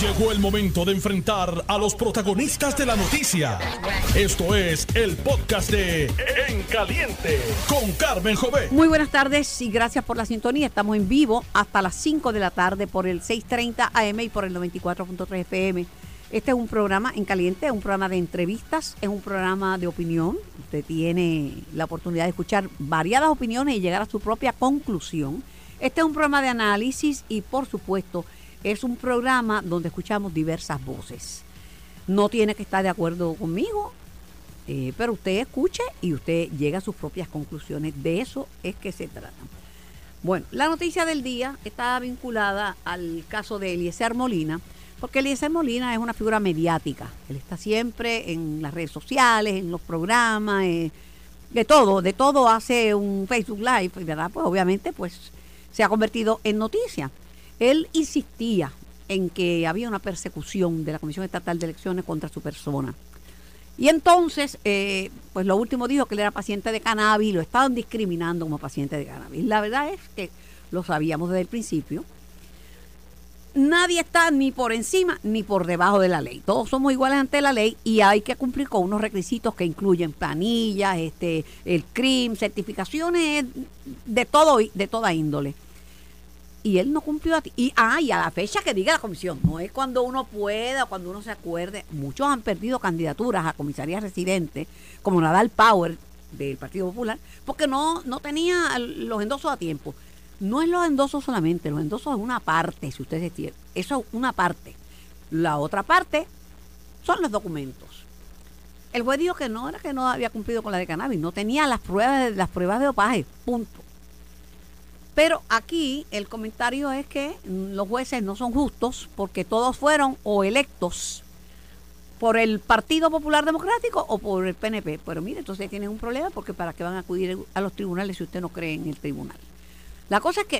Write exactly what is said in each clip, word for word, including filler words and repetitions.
Llegó el momento de enfrentar a los protagonistas de la noticia. Esto es el podcast de En Caliente con Carmen Jovet. Muy buenas tardes y gracias por la sintonía. Estamos en vivo hasta las cinco de la tarde por el seiscientos treinta A M y por el noventa y cuatro punto tres F M. Este es un programa En Caliente, es un programa de entrevistas, es un programa de opinión. Usted tiene la oportunidad de escuchar variadas opiniones y llegar a su propia conclusión. Este es un programa de análisis y, por supuesto, es un programa donde escuchamos diversas voces. No tiene que estar de acuerdo conmigo, eh, pero usted escuche y usted llega a sus propias conclusiones. De eso es que se trata. Bueno, la noticia del día está vinculada al caso de Eliezer Molina, porque Eliezer Molina es una figura mediática. Él está siempre en las redes sociales, en los programas, eh, de todo, de todo hace un Facebook Live, ¿verdad? Pues obviamente pues se ha convertido en noticia. Él insistía en que había una persecución de la Comisión Estatal de Elecciones contra su persona. Y entonces, eh, pues lo último dijo que él era paciente de cannabis y lo estaban discriminando como paciente de cannabis. La verdad es que lo sabíamos desde el principio. Nadie está ni por encima ni por debajo de la ley. Todos somos iguales ante la ley y hay que cumplir con unos requisitos que incluyen planillas, este, el C R I M, certificaciones de todo, de toda índole. Y él no cumplió a ti. Y, ah, y a la fecha que diga la comisión, no es cuando uno pueda, cuando uno se acuerde. Muchos han perdido candidaturas a comisarías residentes, como Nadal Power del Partido Popular, porque no, no tenía los endosos a tiempo. No es los endosos solamente, los endosos es una parte, si ustedes entienden. Eso es una parte. La otra parte son los documentos. El juez dijo que no, era que no había cumplido con la de cannabis, no tenía las pruebas de, las pruebas de dopaje, punto. Pero aquí el comentario es que los jueces no son justos porque todos fueron o electos por el Partido Popular Democrático o por el P N P. Pero mire, entonces tienen un problema porque ¿para qué van a acudir a los tribunales si usted no cree en el tribunal? La cosa es que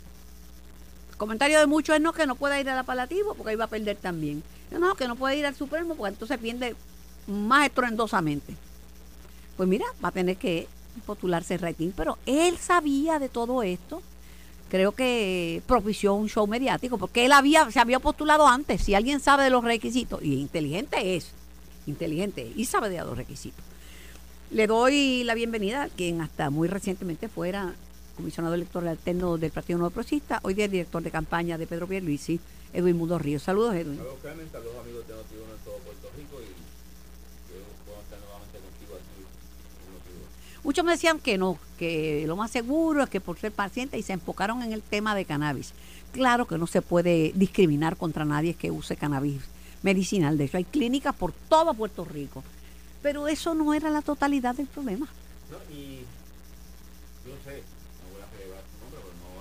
el comentario de muchos es no, que no pueda ir al apelativo porque ahí va a perder también. No, que no puede ir al Supremo porque entonces pierde más estruendosamente. Pues mira, va a tener que postularse rating, pero él sabía de todo esto. Creo que propició un show mediático porque él había se había postulado antes. Si alguien sabe de los requisitos, y inteligente es, inteligente es, y sabe de los requisitos. Le doy la bienvenida a quien hasta muy recientemente fuera comisionado electoral alterno del Partido Nuevo Progresista, hoy día director de campaña de Pedro Pierluisi, Edwin Mundo Ríos. Saludos, Edwin. Saludos, Carmen, saludos amigos de Noti uno en todo Puerto Rico y puedo estar nuevamente contigo aquí en Noti uno. Muchos me decían que no, que lo más seguro es que por ser paciente y se enfocaron en el tema de cannabis. Claro que no se puede discriminar contra nadie que use cannabis medicinal. De hecho, hay clínicas por todo Puerto Rico. Pero eso no era la totalidad del problema. No, y yo sé, no voy a revelar su nombre,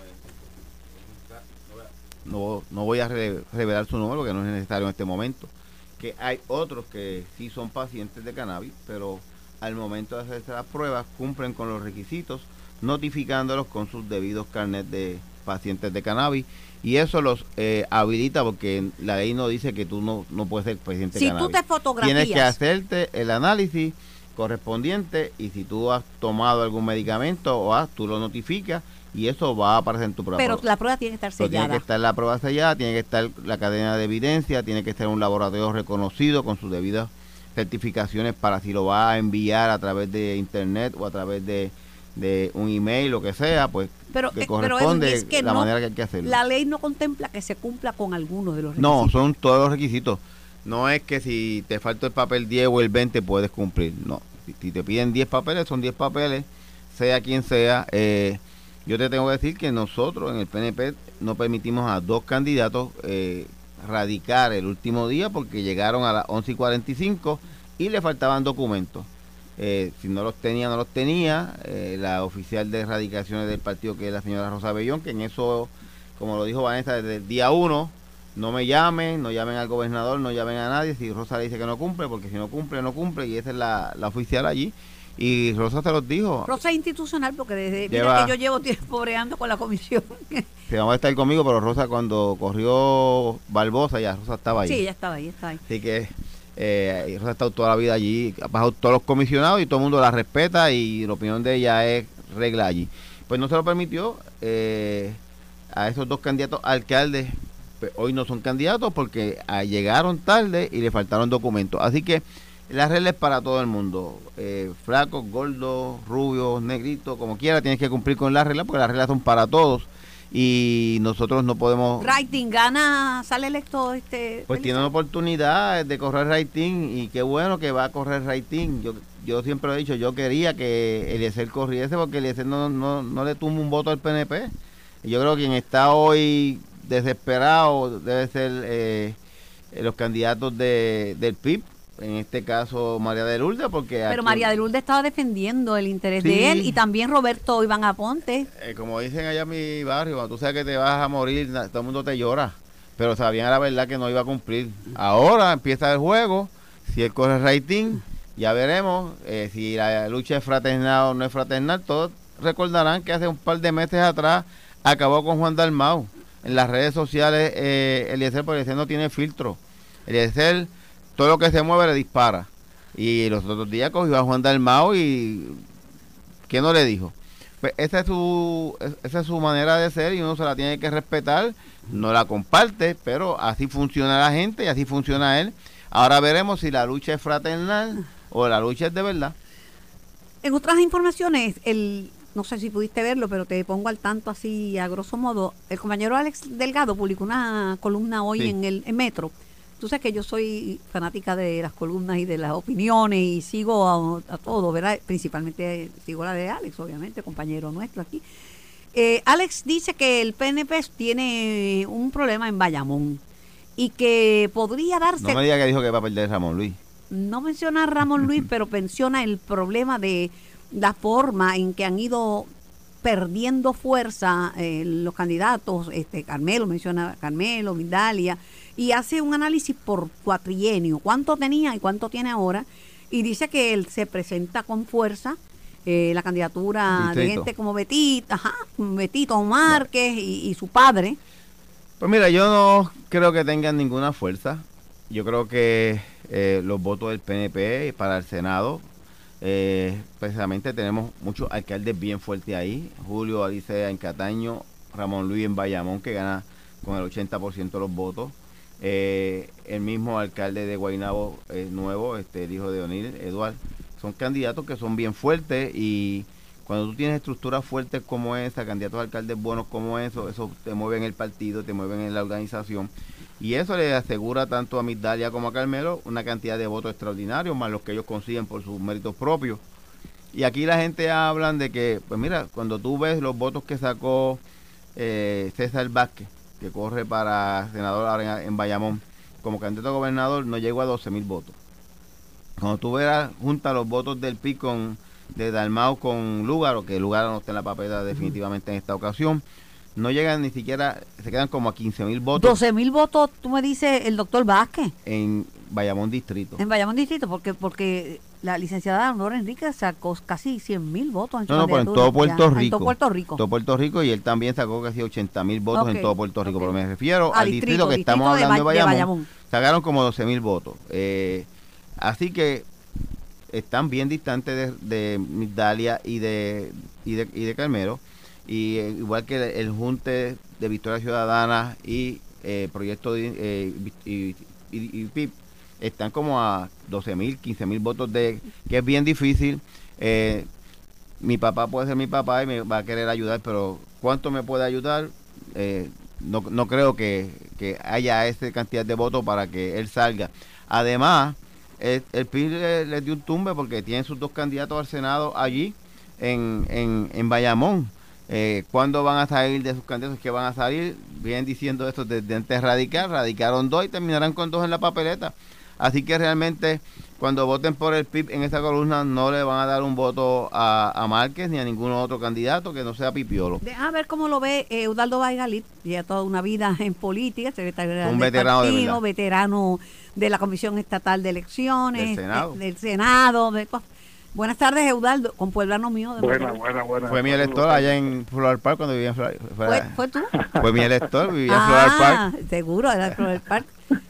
pero no voy a, no, no voy a re, revelar su nombre porque no es necesario en este momento. Que hay otros que sí son pacientes de cannabis, pero al momento de hacerse las pruebas cumplen con los requisitos, notificándolos con sus debidos carnets de pacientes de cannabis, y eso los eh, habilita porque la ley no dice que tú no, no puedes ser paciente si de cannabis. Si tú te fotografías, tienes que hacerte el análisis correspondiente y si tú has tomado algún medicamento o has, tú lo notificas y eso va a aparecer en tu prueba. Pero la prueba tiene que estar sellada. Tiene que estar la prueba sellada, tiene que estar la cadena de evidencia, tiene que estar un laboratorio reconocido con sus debidas certificaciones para si lo va a enviar a través de internet o a través de, de un email, lo que sea, pues pero, que eh, corresponde pero es que la no, manera que hay que hacerlo. La ley no contempla que se cumpla con algunos de los requisitos. No, son todos los requisitos. No es que si te falta el papel diez o el veinte puedes cumplir, no. Si, si te piden diez papeles, son diez papeles, sea quien sea. Eh, yo te tengo que decir que nosotros en el P N P no permitimos a dos candidatos eh, radicar el último día porque llegaron a las once y cuarenta y cinco y le faltaban documentos. Eh, si no los tenía, no los tenía. Eh, la oficial de erradicaciones del partido, que es la señora Rosa Bellón, que en eso, como lo dijo Vanessa, desde el día uno, no me llamen, no llamen al gobernador, no llamen a nadie si Rosa le dice que no cumple, porque si no cumple, no cumple, y esa es la, la oficial allí. Y Rosa se los dijo. Rosa es institucional porque desde lleva, mira que yo llevo tiempo breando con la comisión. Se va a estar conmigo, pero Rosa cuando corrió Barbosa, ya Rosa estaba ahí. Sí, ya estaba ahí, está ahí. Así que eh, Rosa ha estado toda la vida allí, ha pasado todos los comisionados y todo el mundo la respeta y la opinión de ella es regla allí. Pues no se lo permitió eh, a esos dos candidatos alcaldes pues, hoy no son candidatos porque ah, llegaron tarde y le faltaron documentos. Así que la regla es para todo el mundo, eh, flacos, gordos, rubios, negritos, como quiera, tienes que cumplir con las reglas porque las reglas son para todos y nosotros no podemos... Rating, gana, sale electo este... Pues tiene una oportunidad de correr rating y qué bueno que va a correr rating. Yo yo siempre he dicho, yo quería que Eliezer corriese porque Eliezer no, no, no le tumba un voto al P N P. Y yo creo que quien está hoy desesperado debe ser eh, los candidatos de, del P I B. En este caso María de Lourdes, porque... Pero aquí, María de Lourdes estaba defendiendo el interés sí, de él y también Roberto Iván Aponte. Eh, como dicen allá en mi barrio, cuando tú sabes que te vas a morir, todo el mundo te llora. Pero sabían a la verdad que no iba a cumplir. Ahora empieza el juego, si él corre rating, ya veremos eh, si la lucha es fraternal o no es fraternal. Todos recordarán que hace un par de meses atrás acabó con Juan Dalmau. En las redes sociales, eh, Eliezer, porque Eliezer no tiene filtro. Eliezer... todo lo que se mueve le dispara. Y los otros días cogió a Juan Dalmau y... ¿qué no le dijo? Pues esa es su esa es su manera de ser y uno se la tiene que respetar. No la comparte, pero así funciona la gente y así funciona él. Ahora veremos si la lucha es fraternal o la lucha es de verdad. En otras informaciones, el no sé si pudiste verlo, pero te pongo al tanto así a grosso modo. El compañero Alex Delgado publicó una columna hoy sí. en el en Metro. Tú sabes que yo soy fanática de las columnas y de las opiniones y sigo a, a todo, ¿verdad? Principalmente sigo la de Alex, obviamente, compañero nuestro aquí. Eh, Alex dice que el P N P tiene un problema en Bayamón y que podría darse... No me diga que dijo que va a perder Ramón Luis. No menciona a Ramón Luis, pero menciona el problema de la forma en que han ido perdiendo fuerza eh, los candidatos. Este Carmelo, menciona a Carmelo, Migdalia, y hace un análisis por cuatrienio, cuánto tenía y cuánto tiene ahora, y dice que él se presenta con fuerza, eh, la candidatura Distrito. de gente como Betito, ajá, Betito Márquez y, y su padre. Pues mira, yo no creo que tengan ninguna fuerza. Yo creo que eh, los votos del P N P para el Senado, eh, precisamente tenemos muchos alcaldes bien fuertes ahí. Julio Alicea en Cataño, Ramón Luis en Bayamón, que gana con el ochenta por ciento de los votos. Eh, el mismo alcalde de Guaynabo eh, nuevo, este, el hijo de O'Neill, Eduard, son candidatos que son bien fuertes y cuando tú tienes estructuras fuertes como esa, candidatos a alcaldes buenos como eso, eso te mueve en el partido, te mueven en la organización y eso le asegura tanto a Migdalia como a Carmelo una cantidad de votos extraordinarios, más los que ellos consiguen por sus méritos propios. Y aquí la gente habla de que, pues mira, cuando tú ves los votos que sacó eh, César Vázquez, que corre para senador ahora en, en Bayamón, como candidato a gobernador, no llegó a doce mil votos. Cuando tú veas junta los votos del P I con de Dalmau con Lúgaro, que Lúgaro no está en la papeleta definitivamente en esta ocasión, no llegan ni siquiera, se quedan como a quince mil votos. doce mil votos, tú me dices, el doctor Vázquez. En Bayamón Distrito. En Bayamón Distrito, porque porque la licenciada Nora Enrique sacó casi cien mil votos en su No, no, pero en todo Puerto ya, Rico. En todo Puerto Rico. Todo Puerto Rico y él también sacó casi ochenta mil votos okay, en todo Puerto Rico. Okay. Pero me refiero a al distrito, distrito que distrito estamos de hablando de Bayamón, de Bayamón. Sacaron como doce mil votos. Eh, así que están bien distantes de, de Migdalia y de, y de y de Carmelo. Y eh, igual que el, el Junte de Victoria Ciudadana y eh, Proyecto de, eh, y, y, y P I B están como a doce mil, quince mil votos de que es bien difícil. Eh, mi papá puede ser mi papá y me va a querer ayudar, pero ¿cuánto me puede ayudar? Eh, no, no creo que, que haya esa cantidad de votos para que él salga. Además, el, el P I B le, le dio un tumbe porque tienen sus dos candidatos al Senado allí en, en, en Bayamón. Eh, ¿Cuándo van a salir de sus candidatos que van a salir? Vienen diciendo esto desde antes de radicar, radicaron dos y terminarán con dos en la papeleta. Así que realmente cuando voten por el P I B en esta columna no le van a dar un voto a, a Márquez ni a ningún otro candidato que no sea Pipiolo. Deja ver cómo lo ve eh, Eudaldo Baigalit, ya toda una vida en política, secretario un del veterano partido, de veterano de la Comisión Estatal de Elecciones, del Senado. Eh, del Senado de, Buenas tardes, Eudaldo, con pueblano mío. De buena, buena, buena. Fue mi elector allá en Floral Park cuando vivía en Floral Park. ¿Fue, ¿Fue tú? Fue mi elector, vivía en ah, Floral Park. Seguro, era en Floral Park.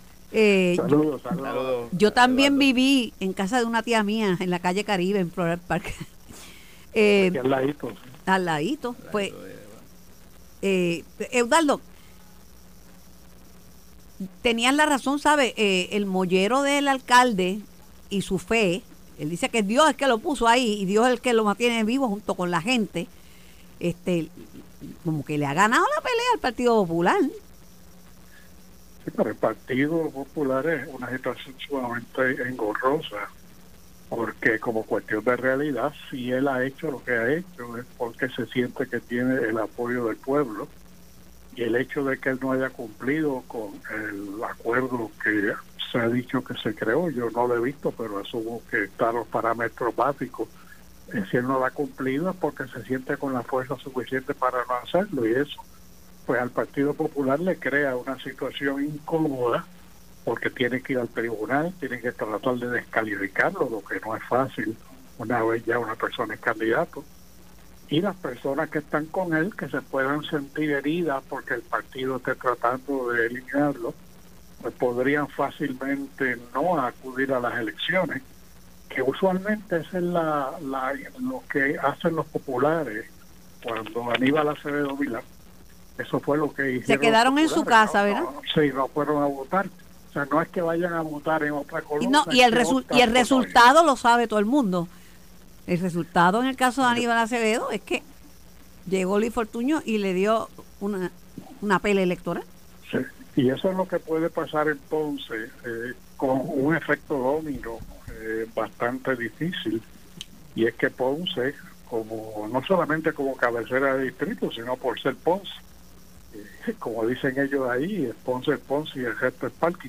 Eh, saludos, saludos. Yo también viví en casa de una tía mía, en la calle Caribe, en Floral Park. eh, Aquí al ladito. Al ladito. Pues, eh, Eudaldo, tenías la razón, ¿sabes? Eh, el mollero del alcalde y su fe, él dice que Dios es el que lo puso ahí y Dios es el que lo mantiene vivo junto con la gente. Este, como que le ha ganado la pelea al Partido Popular. Sí, pero el Partido Popular es una situación sumamente engorrosa, porque como cuestión de realidad, si él ha hecho lo que ha hecho es porque se siente que tiene el apoyo del pueblo, y el hecho de que él no haya cumplido con el acuerdo que se ha dicho que se creó, yo no lo he visto, pero asumo que están los parámetros básicos. Eh, si él no lo ha cumplido es porque se siente con la fuerza suficiente para no hacerlo, y eso pues al Partido Popular le crea una situación incómoda, porque tiene que ir al tribunal, tiene que tratar de descalificarlo, lo que no es fácil una vez ya una persona es candidato, y las personas que están con él, que se puedan sentir heridas porque el partido esté tratando de eliminarlo, pues podrían fácilmente no acudir a las elecciones, que usualmente esa es la, la, lo que hacen los populares. Cuando Aníbal Acevedo Vilá, eso fue lo que hicieron. Se quedaron en su casa, no, ¿verdad? No, sí, no fueron a votar. O sea, no es que vayan a votar en otra colonia. Y, no, y el, resu y el resultado lo sabe todo el mundo. El resultado en el caso de Aníbal Acevedo es que llegó Luis Fortuño y le dio una, una pelea electoral. Sí, y eso es lo que puede pasar en Ponce, eh, con un efecto domino eh, bastante difícil, y es que Ponce, como no solamente como cabecera de distrito, sino por ser Ponce, eh, como dicen ellos ahí, es Ponce es Ponce y el resto es parking,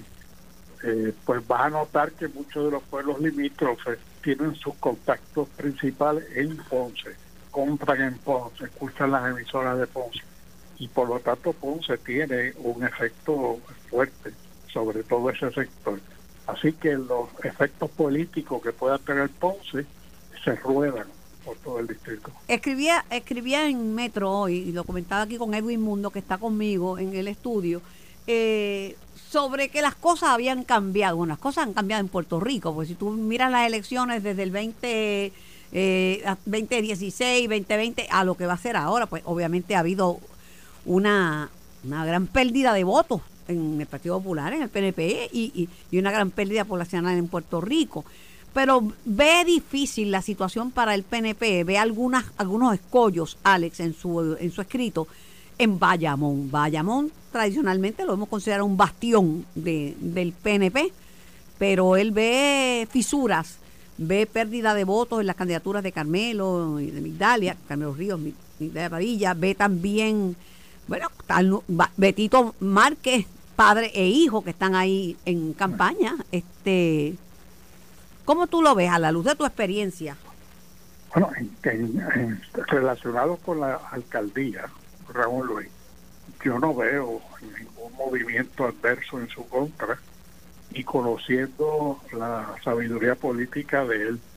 eh, pues vas a notar que muchos de los pueblos limítrofes tienen sus contactos principales en Ponce, compran en Ponce, escuchan las emisoras de Ponce, y por lo tanto Ponce tiene un efecto fuerte sobre todo ese sector. Así que los efectos políticos que pueda tener Ponce se ruedan por todo el distrito. Escribía, escribía en Metro hoy, y lo comentaba aquí con Edwin Mundo, que está conmigo en el estudio, eh, sobre que las cosas habían cambiado. Bueno, las cosas han cambiado en Puerto Rico, porque si tú miras las elecciones desde el veinte, eh, veinte dieciséis, veinte veinte a lo que va a ser ahora, pues obviamente ha habido una, una gran pérdida de votos en el Partido Popular, en el P N P, y, y, y una gran pérdida poblacional en Puerto Rico. Pero ve difícil la situación para el P N P, ve algunas, algunos escollos, Alex, en su, en su escrito, en Bayamón. Bayamón tradicionalmente lo hemos considerado un bastión de, del P N P, pero él ve fisuras, ve pérdida de votos en las candidaturas de Carmelo y de Migdalia, Carmelo Ríos, Migdalia Padilla, ve también, bueno, tal, Betito Márquez, padre e hijo, que están ahí en campaña. este ¿Cómo tú lo ves a la luz de tu experiencia? Bueno, en, en, en, relacionado con la alcaldía, Ramón Luis, yo no veo ningún movimiento adverso en su contra, y conociendo la sabiduría política de él,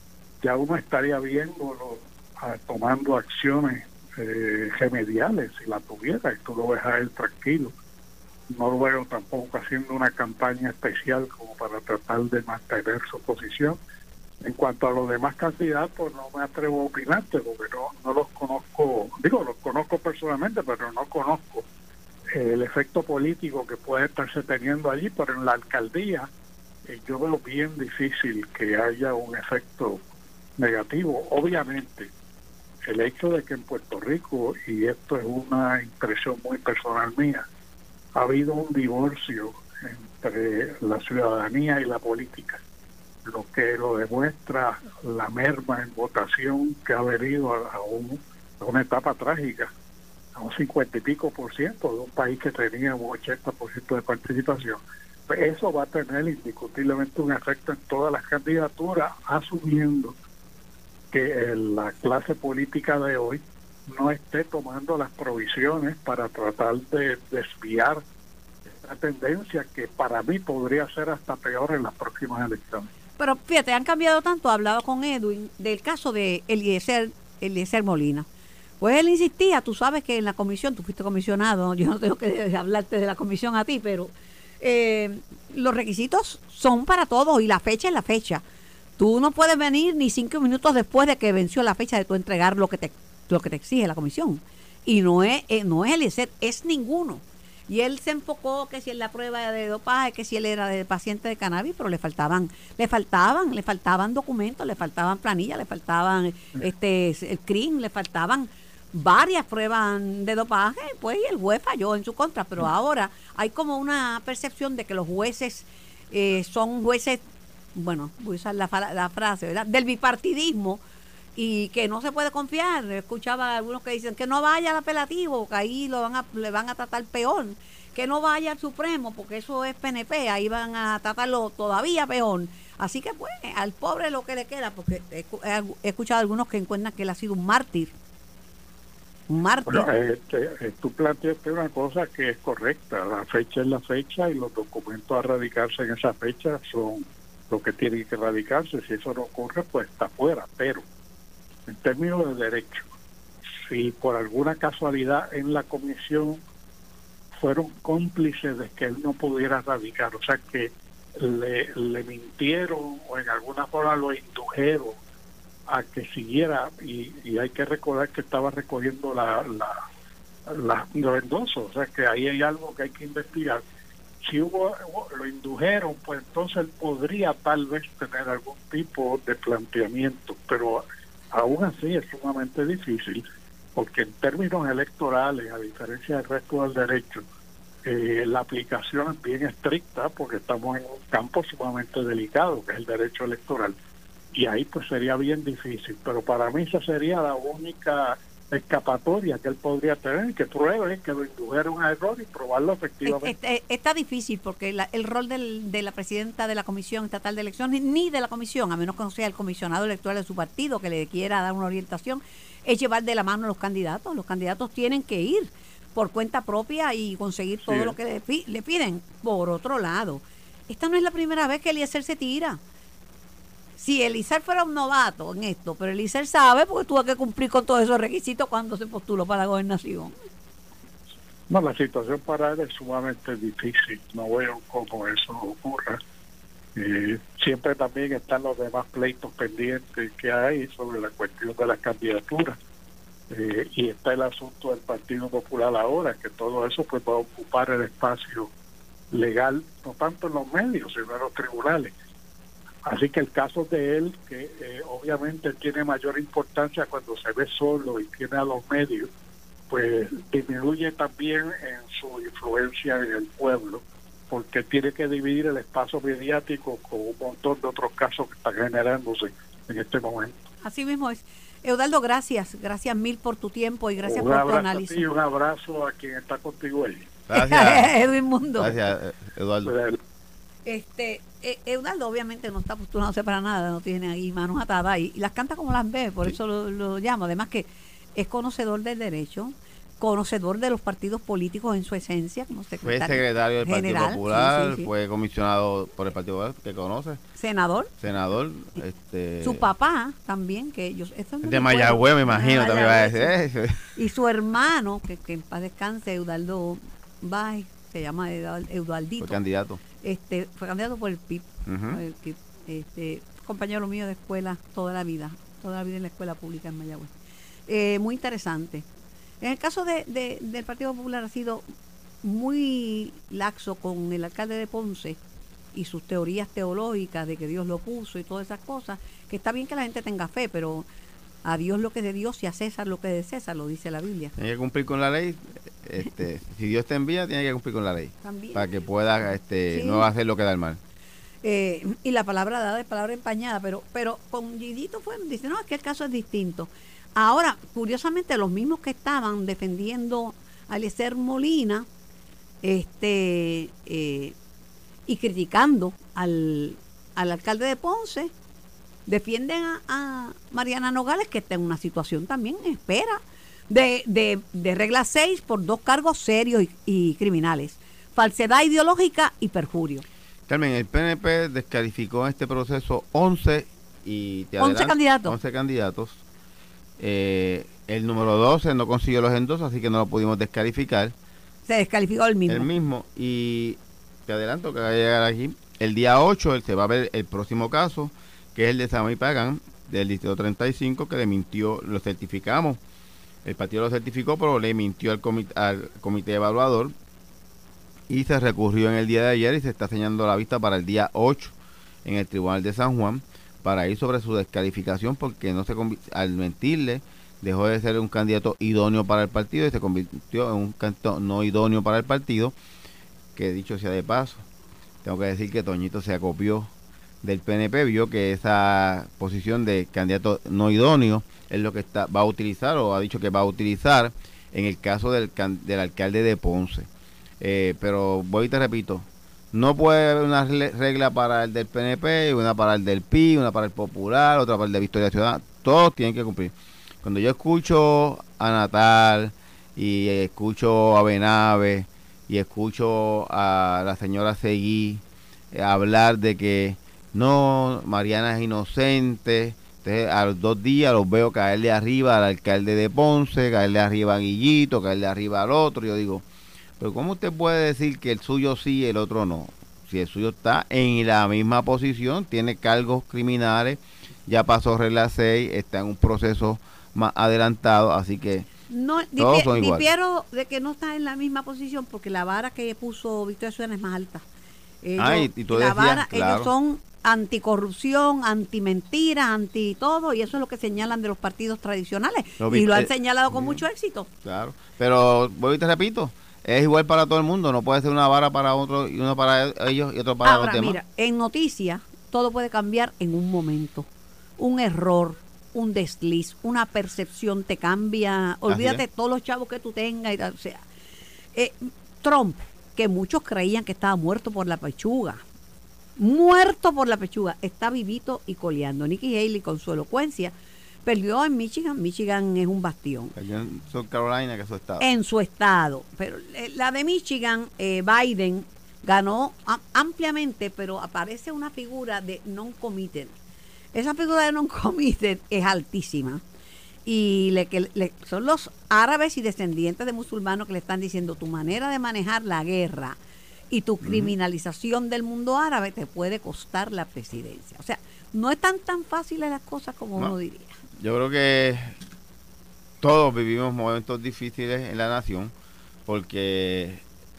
ya uno estaría viéndolo a, tomando acciones eh, remediales si la tuviera, y tú lo ves a él tranquilo. No lo veo tampoco haciendo una campaña especial como para tratar de mantener su posición. En cuanto a los demás candidatos, no me atrevo a opinarte porque no, no los conozco, digo, los conozco personalmente, pero no conozco eh, el efecto político que puede estarse teniendo allí, pero en la alcaldía eh, yo veo bien difícil que haya un efecto negativo. Obviamente, el hecho de que en Puerto Rico, y esto es una impresión muy personal mía, ha habido un divorcio entre la ciudadanía y la política, lo que lo demuestra la merma en votación que ha venido a, a, un, a una etapa trágica, a un cincuenta y pico por ciento de un país que tenía un ochenta por ciento de participación. Pues eso va a tener indiscutiblemente un efecto en todas las candidaturas, asumiendo que la clase política de hoy no esté tomando las provisiones para tratar de desviar esta tendencia que para mí podría ser hasta peor en las próximas elecciones. Pero fíjate, han cambiado tanto. Hablaba con Edwin del caso de Eliezer, Eliezer Molina. Pues él insistía, tú sabes que en la comisión, tú fuiste comisionado, yo no tengo que hablarte de la comisión a ti, pero eh, los requisitos son para todos y la fecha es la fecha. Tú no puedes venir ni cinco minutos después de que venció la fecha de tú entregar lo que te lo que te exige la comisión, y no es eh, no es Eliezer, es ninguno. Y él se enfocó que si en la prueba de dopaje, que si él era de paciente de cannabis, pero le faltaban, le faltaban, le faltaban documentos, le faltaban planillas, le faltaban este el C R I M, le faltaban varias pruebas de dopaje, pues y el juez falló en su contra. Pero ahora hay como una percepción de que los jueces eh, son jueces, bueno, voy a usar la, la frase, ¿verdad?, del bipartidismo, y que no se puede confiar. Escuchaba a algunos que dicen que no vaya al apelativo, que ahí lo van a, le van a tratar peor, que no vaya al Supremo, porque eso es P N P, ahí van a tratarlo todavía peor. Así que pues al pobre lo que le queda, porque he, he escuchado a algunos que encuentran que él ha sido un mártir. Un mártir. Bueno, este, tú planteaste una cosa que es correcta, la fecha es la fecha y los documentos a radicarse en esa fecha son lo que tienen que radicarse. Si eso no ocurre, pues está fuera. Pero en términos de derecho, si por alguna casualidad en la comisión fueron cómplices de que él no pudiera radicar, o sea que le, le mintieron o en alguna forma lo indujeron a que siguiera, y, y hay que recordar que estaba recogiendo la, la, la los endosos, o sea que ahí hay algo que hay que investigar. Si hubo, lo indujeron, pues entonces él podría tal vez tener algún tipo de planteamiento, pero aún así es sumamente difícil, porque en términos electorales, a diferencia del resto del derecho, eh, la aplicación es bien estricta, porque estamos en un campo sumamente delicado, que es el derecho electoral, y ahí pues sería bien difícil. Pero para mí esa sería la única escapatoria que él podría tener, que pruebe que lo indujeron a error y probarlo efectivamente. Está, está difícil porque la, el rol del, de la presidenta de la Comisión Estatal de Elecciones, ni de la Comisión, a menos que no sea el comisionado electoral de su partido que le quiera dar una orientación, es llevar de la mano a los candidatos. Los candidatos tienen que ir por cuenta propia y conseguir todo sí. lo que le, le piden. Por otro lado, esta no es la primera vez que Eliezer se tira. Si Eliezer fuera un novato en esto, pero Eliezer sabe porque tuvo que cumplir con todos esos requisitos cuando se postuló para la gobernación. No, la situación para él es sumamente difícil. No veo cómo eso ocurra. Eh, siempre también están los demás pleitos pendientes que hay sobre la cuestión de las candidaturas. Eh, y está el asunto del Partido Popular ahora, que todo eso pues va a ocupar el espacio legal, no tanto en los medios, sino en los tribunales. Así que el caso de él, que eh, obviamente tiene mayor importancia cuando se ve solo y tiene a los medios, pues disminuye también en su influencia en el pueblo, porque tiene que dividir el espacio mediático con un montón de otros casos que están generándose en este momento. Así mismo es. Eudaldo, gracias. Gracias mil por tu tiempo y gracias un por tu análisis. Un abrazo a ti y un abrazo a quien está contigo ahí. Gracias. Edwin Mundo. Gracias, Eduardo. Este, eh, Eudaldo obviamente no está postulándose para nada, no tiene ahí manos atadas y, y las canta como las ve, por sí. eso lo, lo llamo. Además que es conocedor del derecho, conocedor de los partidos políticos en su esencia, como secretario, fue secretario del general, Partido Popular, sí, sí, sí. fue comisionado por el Partido Popular, que conoce. Senador. Senador. este Su papá también, que ellos... Esto no de Mayagüez, me imagino, de también va a decir eso. Y su hermano, que, que en paz descanse, Eudaldo Bay, se llama Eudaldito. Fue candidato. Este, fue candidato por el P I B, uh-huh. el P I B, este, compañero mío de escuela toda la vida, toda la vida en la escuela pública en Mayagüez. Eh, muy interesante. En el caso de, de, del Partido Popular ha sido muy laxo con el alcalde de Ponce y sus teorías teológicas de que Dios lo puso y todas esas cosas, que está bien que la gente tenga fe, pero a Dios lo que es de Dios y a César lo que es de César, lo dice la Biblia. Tiene que cumplir con la ley. Este, si Dios te envía, tiene que cumplir con la ley. También. Para que pueda este, sí. no hacer lo que da el mal. Eh, y la palabra dada es palabra empañada, pero pero con Gidito fue, dice, no, es que el caso es distinto. Ahora, curiosamente, los mismos que estaban defendiendo a Eliezer Molina este eh, y criticando al, al alcalde de Ponce, defienden a, a Mariana Nogales, que está en una situación también en espera de, de, de regla seis por dos cargos serios y, y criminales: falsedad ideológica y perjurio. Carmen, el P N P descalificó en este proceso once y te once adelanto, candidatos. once candidatos. Eh, el número doce no consiguió los endosos, así que no lo pudimos descalificar. Se descalificó el mismo. El mismo. Y te adelanto que va a llegar aquí. El día ocho se va a ver el próximo caso, que es el de Sammy Pagan, del distrito treinta y cinco, que le mintió, lo certificamos. El partido lo certificó, pero le mintió al comité, al comité evaluador y se recurrió en el día de ayer y se está señalando la vista para el día ocho en el Tribunal de San Juan para ir sobre su descalificación porque no se conv- al mentirle dejó de ser un candidato idóneo para el partido y se convirtió en un candidato no idóneo para el partido, que dicho sea de paso, tengo que decir que Toñito se acopió del P N P, vio que esa posición de candidato no idóneo es lo que está va a utilizar o ha dicho que va a utilizar en el caso del, del alcalde de Ponce. Eh, pero voy y te repito, no puede haber una regla para el del P N P, una para el del P I, una para el Popular, otra para el de Victoria Ciudadana, todos tienen que cumplir. Cuando yo escucho a Natal y escucho a Benave y escucho a la señora Seguí eh, hablar de que no, Mariana es inocente, entonces a los dos días los veo caerle arriba al alcalde de Ponce, caerle arriba a Guillito, caerle arriba al otro, yo digo, pero ¿cómo usted puede decir que el suyo sí y el otro no? Si el suyo está en la misma posición, tiene cargos criminales, ya pasó regla seis, está en un proceso más adelantado, así que no, todos son iguales. Difiero de que no está en la misma posición porque la vara que puso Victoria Ciudadana es más alta. Ellos, ah, y, y tú la decías, vara, claro. Ellos son anticorrupción, antimentiras, anti todo, y eso es lo que señalan de los partidos tradicionales. Lo y lo han señalado con mucho éxito. Claro, pero voy y te repito, es igual para todo el mundo, no puede ser una vara para otro y uno para ellos y otro para Ahora, los demás. Mira, en noticias todo puede cambiar en un momento. Un error, un desliz, una percepción te cambia. Olvídate todos los chavos que tú tengas. Y tal, o sea, eh, Trump, que muchos creían que estaba muerto por la pechuga, muerto por la pechuga, está vivito y coleando. Nikki Haley, con su elocuencia, perdió en Michigan. Michigan es un bastión. Perdió en South Carolina, que es su estado. En su estado. Pero eh, la de Michigan, eh, Biden ganó a, ampliamente, pero aparece una figura de non-committed. Esa figura de non-committed es altísima. Y le, que, le, son los árabes y descendientes de musulmanes que le están diciendo tu manera de manejar la guerra y tu criminalización uh-huh. del mundo árabe te puede costar la presidencia. O sea, no están tan fáciles las cosas como no, uno diría. Yo creo que todos vivimos momentos difíciles en la nación porque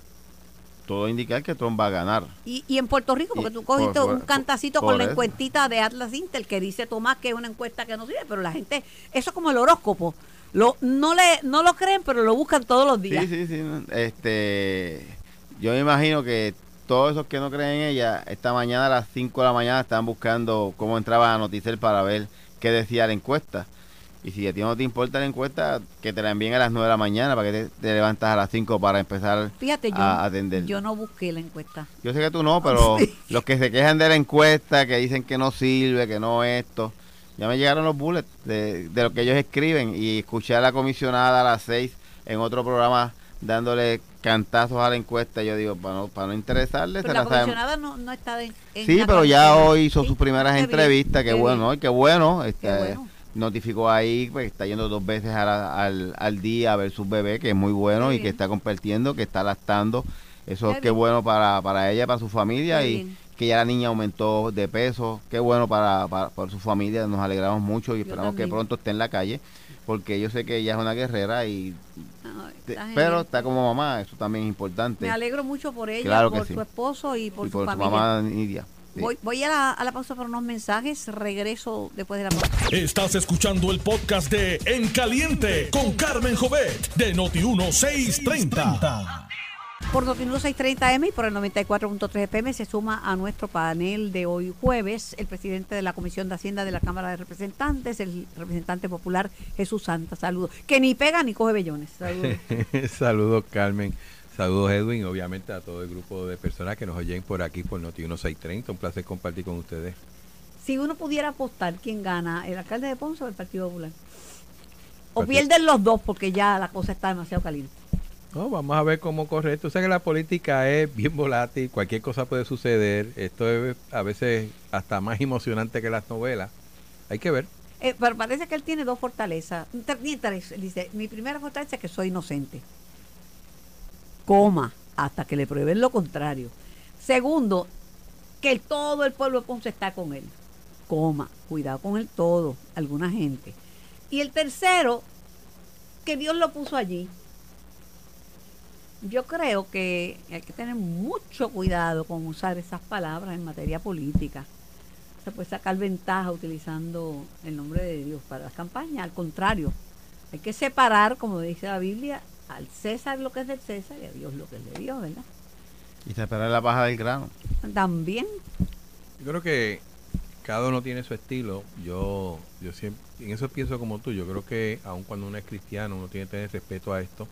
todo indica que Trump va a ganar. Y, y en Puerto Rico, porque tú cogiste por, por, un cantacito por, con por la eso. encuestita de Atlas Intel que dice Tomás que es una encuesta que no sirve, pero la gente, eso es como el horóscopo, lo, no le no lo creen, pero lo buscan todos los días. Sí, sí, sí. Este, yo me imagino que todos esos que no creen en ella, esta mañana a las cinco de la mañana están buscando cómo entraba a Noticel para ver qué decía la encuesta. Y si a ti no te importa la encuesta, que te la envíen a las nueve de la mañana para que te, te levantas a las cinco para empezar Fíjate, yo, a atender. Yo no busqué la encuesta. Yo sé que tú no, pero sí. Los que se quejan de la encuesta, que dicen que no sirve, que no esto, ya me llegaron los bullets de, de lo que ellos escriben y escuché a la comisionada a las seis en otro programa dándole cantazos a la encuesta. Yo digo, para no, para no interesarles. Pero la, la comisionada no, no está de, en Sí, pero ya hoy hizo sí, sus primeras entrevistas, qué, qué bueno, ¿no? Qué bueno. Este, qué bueno. Notificó ahí pues está yendo dos veces a la, al, al día a ver su bebé, que es muy bueno y que está compartiendo, que está lactando. Eso es qué bueno para, para ella, para su familia qué y bien. Que ya la niña aumentó de peso. Qué bueno para, para, para su familia, nos alegramos mucho y esperamos que pronto esté en la calle, porque yo sé que ella es una guerrera y no, está pero está como mamá, eso también es importante. Me alegro mucho por ella, claro por sí. su esposo y por, y su, por familia. su mamá Nidia. Sí. Voy, voy a, la, a la pausa para unos mensajes, regreso después de la pausa. Estás escuchando el podcast de En Caliente con Carmen Jovet de Noti uno seiscientos treinta. Por Noti uno seiscientos treinta eme y por el noventa y cuatro punto tres efe eme se suma a nuestro panel de hoy jueves el presidente de la Comisión de Hacienda de la Cámara de Representantes, el representante popular Jesús Santa. Saludos. Que ni pega ni coge bellones. Saludos. Saludos, Carmen. Saludos, Edwin, obviamente a todo el grupo de personas que nos oyen por aquí por Noti uno seiscientos treinta. Un placer compartir con ustedes. Si uno pudiera apostar, ¿quién gana? ¿El alcalde de Ponce o el Partido Popular? ¿O Partido... pierden los dos porque ya la cosa está demasiado caliente? No, vamos a ver cómo corre. Tú sabes que la política es bien volátil, cualquier cosa puede suceder. Esto es a veces hasta más emocionante que las novelas. Hay que ver. Eh, pero parece que él tiene dos fortalezas. Tres, dice, mi primera fortaleza es que soy inocente. Coma, hasta que le prueben lo contrario. Segundo, que todo el pueblo de Ponce está con él. Coma, cuidado con el todo, alguna gente. Y el tercero, que Dios lo puso allí. Yo creo que hay que tener mucho cuidado con usar esas palabras en materia política. Se puede sacar ventaja utilizando el nombre de Dios para las campañas. Al contrario, hay que separar, como dice la Biblia, al César lo que es del César y a Dios lo que es de Dios, ¿verdad? Y separar la paja del grano. También. Yo creo que cada uno tiene su estilo. Yo yo siempre, en eso pienso como tú. Yo creo que aun cuando uno es cristiano, uno tiene que tener respeto a esto.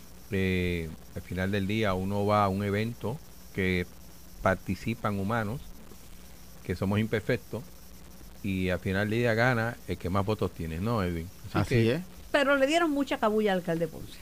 Eh, al final del día uno va a un evento que participan humanos, que somos imperfectos, y al final del día gana el que más votos tiene, ¿no, Edwin? Así, Así que, es. Pero le dieron mucha cabulla al alcalde Ponce.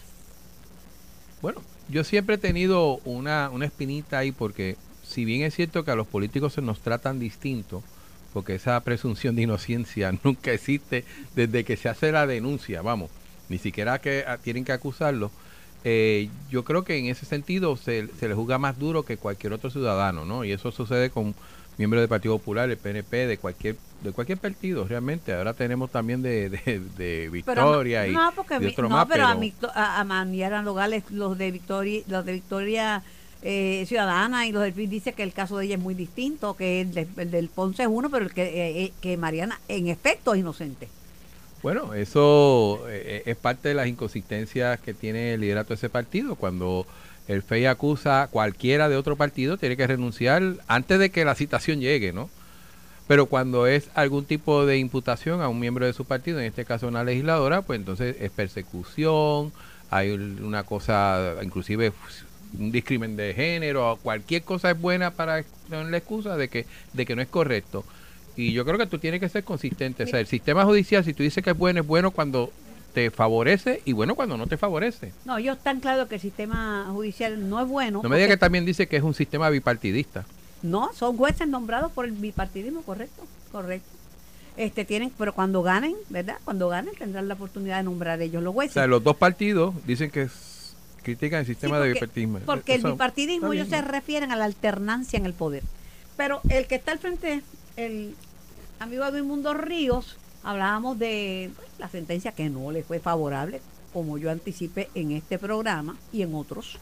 Bueno, yo siempre he tenido una, una espinita ahí, porque si bien es cierto que a los políticos se nos tratan distinto, porque esa presunción de inocencia nunca existe desde que se hace la denuncia, vamos, ni siquiera que a, tienen que acusarlo. Eh, yo creo que en ese sentido se, se le juzga más duro que cualquier otro ciudadano, ¿no? Y eso sucede con miembros del Partido Popular, el P N P, de cualquier de cualquier partido, realmente. Ahora tenemos también de, de, de Victoria pero, y no, porque de otro no, más, pero, pero a, a, a Maniera Nogales, los de Victoria, los de Victoria eh, Ciudadana y los del P I B dice que el caso de ella es muy distinto, que el, de, el del Ponce es uno, pero el que, eh, que Mariana en efecto es inocente. Bueno, eso eh, es parte de las inconsistencias que tiene el liderato de ese partido. Cuando el F E I acusa a cualquiera de otro partido, tiene que renunciar antes de que la citación llegue, ¿no? Pero cuando es algún tipo de imputación a un miembro de su partido, en este caso una legisladora, pues entonces es persecución, hay una cosa, inclusive un discrimen de género, cualquier cosa es buena para tener la excusa de que, de que no es correcto. Y yo creo que tú tienes que ser consistente. O sea, el sistema judicial, si tú dices que es bueno, es bueno cuando te favorece y bueno cuando no te favorece. No, ellos están claros que el sistema judicial no es bueno. No me digas que también dice que es un sistema bipartidista. No, son jueces nombrados por el bipartidismo, correcto, correcto. Este tienen, pero cuando ganen, ¿verdad? Cuando ganen tendrán la oportunidad de nombrar ellos los jueces. O sea, los dos partidos dicen que es, critican el sistema sí, porque, de bipartidismo. Porque Eso, el bipartidismo ellos bien, se ¿no? refieren a la alternancia en el poder. Pero el que está al frente, el amigo Edmundo Ríos, hablábamos de pues, la sentencia que no le fue favorable, como yo anticipé en este programa y en otros.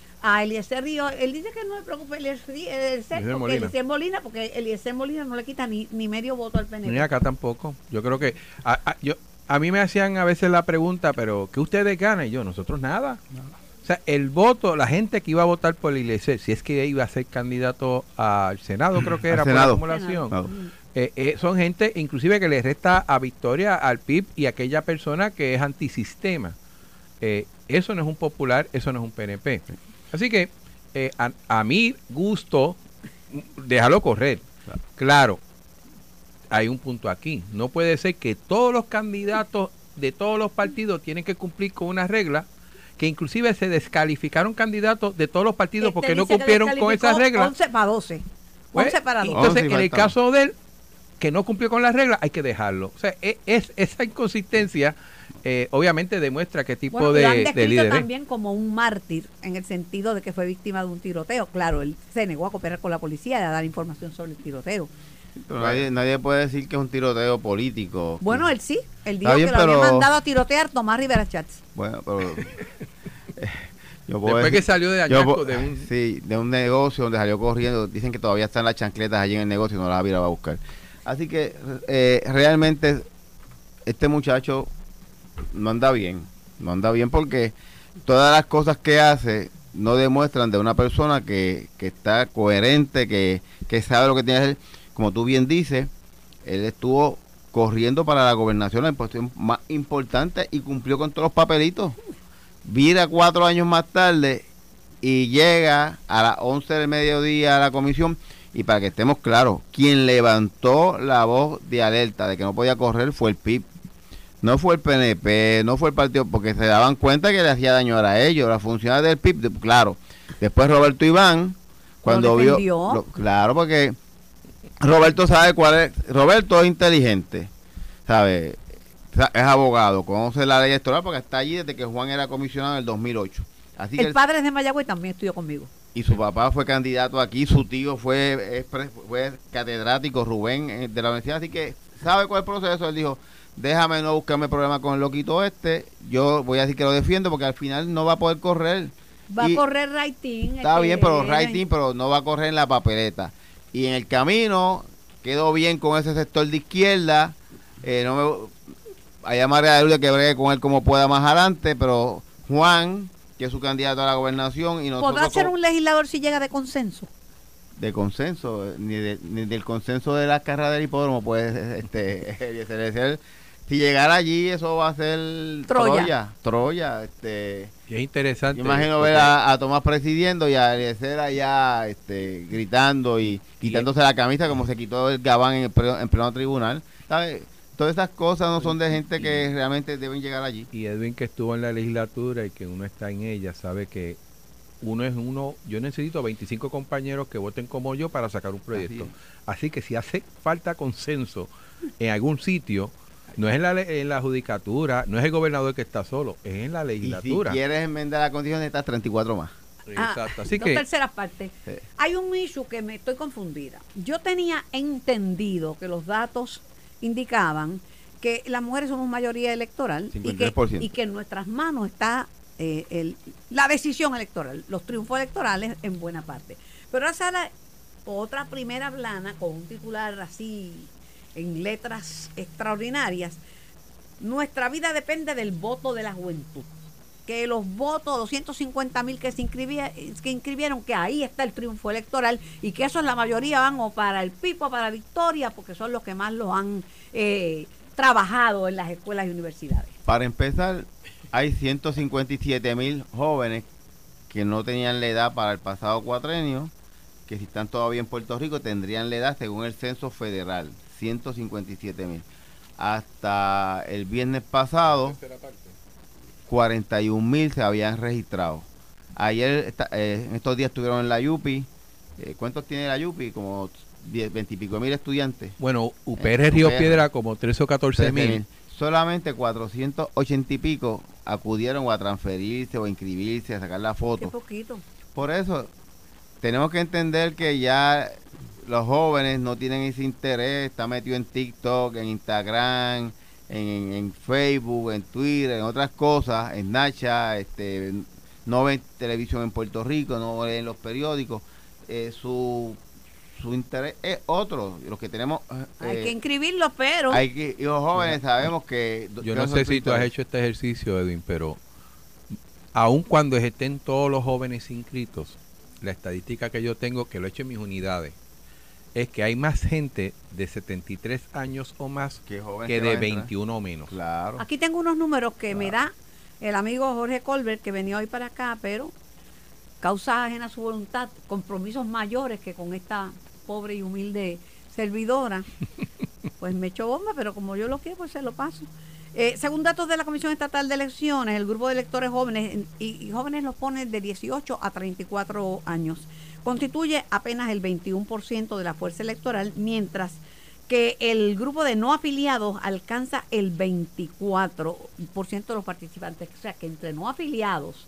A Eliezer Ríos, él dice que no le preocupe Eliezer, Eliezer, porque Molina. Eliezer Molina, porque Eliezer Molina no le quita ni, ni medio voto al P N P. Ni acá tampoco. Yo creo que a, a, yo, a mí me hacían a veces la pregunta, pero ¿qué ustedes ganan? Y yo, nosotros nada. nada. O sea, el voto, la gente que iba a votar por Eliezer, si es que iba a ser candidato al Senado, creo que era por la acumulación. Senado. Eh, eh, son gente inclusive que le resta a Victoria, al P I B y a aquella persona que es antisistema. Eh, eso no es un popular, eso no es un P N P. Así que eh, a, a mi gusto, déjalo correr. Claro, hay un punto aquí. No puede ser que todos los candidatos de todos los partidos tienen que cumplir con una regla, que inclusive se descalificaron candidatos de todos los partidos este porque no cumplieron con esas reglas. once para doce. Pues, once para doce. Entonces, en el caso de él, que no cumplió con las reglas, hay que dejarlo. O sea, es, es esa inconsistencia eh, obviamente demuestra qué tipo bueno, de, lo han descrito de líder es. También como un mártir, en el sentido de que fue víctima de un tiroteo. Claro, él se negó a cooperar con la policía y a dar información sobre el tiroteo. Pero nadie, nadie puede decir que es un tiroteo político. Bueno, él sí. Él dijo bien, que lo pero... había mandado a tirotear Tomás Rivera Chats. Bueno, pero... yo Después decir, que salió de Añasco, yo, de un... Sí, de un negocio donde salió corriendo. Dicen que todavía están las chancletas allí en el negocio y no las ha virado a buscar. Así que eh, realmente este muchacho no anda bien. No anda bien porque todas las cosas que hace no demuestran de una persona que, que está coherente, que, que sabe lo que tiene que hacer. Como tú bien dices, él estuvo corriendo para la gobernación, la posición más importante, y cumplió con todos los papelitos. Vira cuatro años más tarde y llega a las once del mediodía a la comisión. Y para que estemos claros, quien levantó la voz de alerta de que no podía correr fue el P I B. No fue el P N P, no fue el partido, porque se daban cuenta que le hacía daño a ellos, las funciones del P I B, claro. Después Roberto Iván, cuando vio... Lo, claro, porque Roberto sabe cuál es... Roberto es inteligente, ¿sabe? Es abogado, conoce la ley electoral porque está allí desde que Juan era comisionado en el dos mil ocho. Así el que padre es de Mayagüez, también estudió conmigo. Y su papá fue candidato aquí, su tío fue, fue catedrático, Rubén, de la universidad, así que sabe cuál es el proceso. Él dijo, déjame no buscarme problema con el loquito este, yo voy a decir que lo defiendo porque al final no va a poder correr. Va Y a correr rating. está este, bien, pero rating, pero no va a correr en la papeleta. Y en el camino quedó bien con ese sector de izquierda. Eh, no me, allá María de Lourdes que bregue con él como pueda más adelante, pero Juan, que es su candidato a la gobernación, y nosotros ¿Podrá ser como- un legislador si llega de consenso? de consenso, ni, de- ni del consenso de la carrera del hipódromo, pues, este, Eliezer, si llegara allí, eso va a ser Troya. Troya, Troya, este, Y es interesante. yo imagino porque ver a, a Tomás presidiendo y a Eliezer allá, este, gritando y quitándose la camisa como se quitó el gabán en el pleno, en pleno tribunal, ¿sabes? Todas esas cosas no son de gente que realmente deben llegar allí. Y Edwin, que estuvo en la legislatura y que uno está en ella, sabe que uno es uno, yo necesito veinticinco compañeros que voten como yo para sacar un proyecto. Así, Así que si hace falta consenso en algún sitio, no es en la, le- en la judicatura, no es el gobernador que está solo, es en la Y si legislatura. quieres enmendar la constitución, necesitas treinta y cuatro más. Exacto. Así dos que terceras partes. Sí. Hay un issue que me estoy confundida. Yo tenía entendido que los datos indicaban que las mujeres somos mayoría electoral y cincuenta y que, tres por ciento. y que en nuestras manos está eh, el, la decisión electoral, los triunfos electorales en buena parte. Pero ahora sale otra primera plana con un titular así en letras extraordinarias. Nuestra vida depende del voto de la juventud. Que los votos, doscientos cincuenta mil que se inscribía- que inscribieron, que ahí está el triunfo electoral y que eso en la mayoría van o para el Pipo, para Victoria, porque son los que más lo han eh, trabajado en las escuelas y universidades. Para empezar, hay ciento cincuenta y siete mil jóvenes que no tenían la edad para el pasado cuatrenio, que si están todavía en Puerto Rico tendrían la edad según el censo federal, ciento cincuenta y siete mil. Hasta el viernes pasado, cuarenta y un mil se habían registrado. Ayer, esta- eh, en estos días estuvieron en la Yupi. Eh, ¿Cuántos tiene la Yupi? Como diez, veinte y pico mil estudiantes. bueno, U P R Río U P R. Piedra como trece o catorce mil. Solamente cuatrocientos ochenta y pico acudieron o a transferirse o a inscribirse, a sacar la Qué foto. poquito. Por eso, tenemos que entender que ya los jóvenes no tienen ese interés, está metido en TikTok, en Instagram, en, en Facebook, en Twitter, en otras cosas, en Snapchat, este, no ven televisión en Puerto Rico, no leen los periódicos, eh, su, su interés es otro, los que tenemos... eh, Hay que inscribirlo, pero hay que, y los jóvenes sabemos que... Yo no sé si tú has hecho este ejercicio, Edwin, pero aun cuando estén todos los jóvenes inscritos, la estadística que yo tengo, que lo he hecho en mis unidades, es que hay más gente de setenta y tres años o más que, joven que va a de entrar. veintiuno o menos. Claro. aquí tengo unos números que me da el amigo Jorge Colbert, que venía hoy para acá, pero causa ajena a su voluntad, compromisos mayores que con esta pobre y humilde servidora, pues me echó bomba, pero como yo lo quiero, pues se lo paso. Eh, según datos de la Comisión Estatal de Elecciones, el grupo de electores jóvenes, y, y jóvenes los pone de dieciocho a treinta y cuatro años, constituye apenas el veintiuno por ciento de la fuerza electoral, mientras que el grupo de no afiliados alcanza el veinticuatro por ciento de los participantes. O sea, que entre no afiliados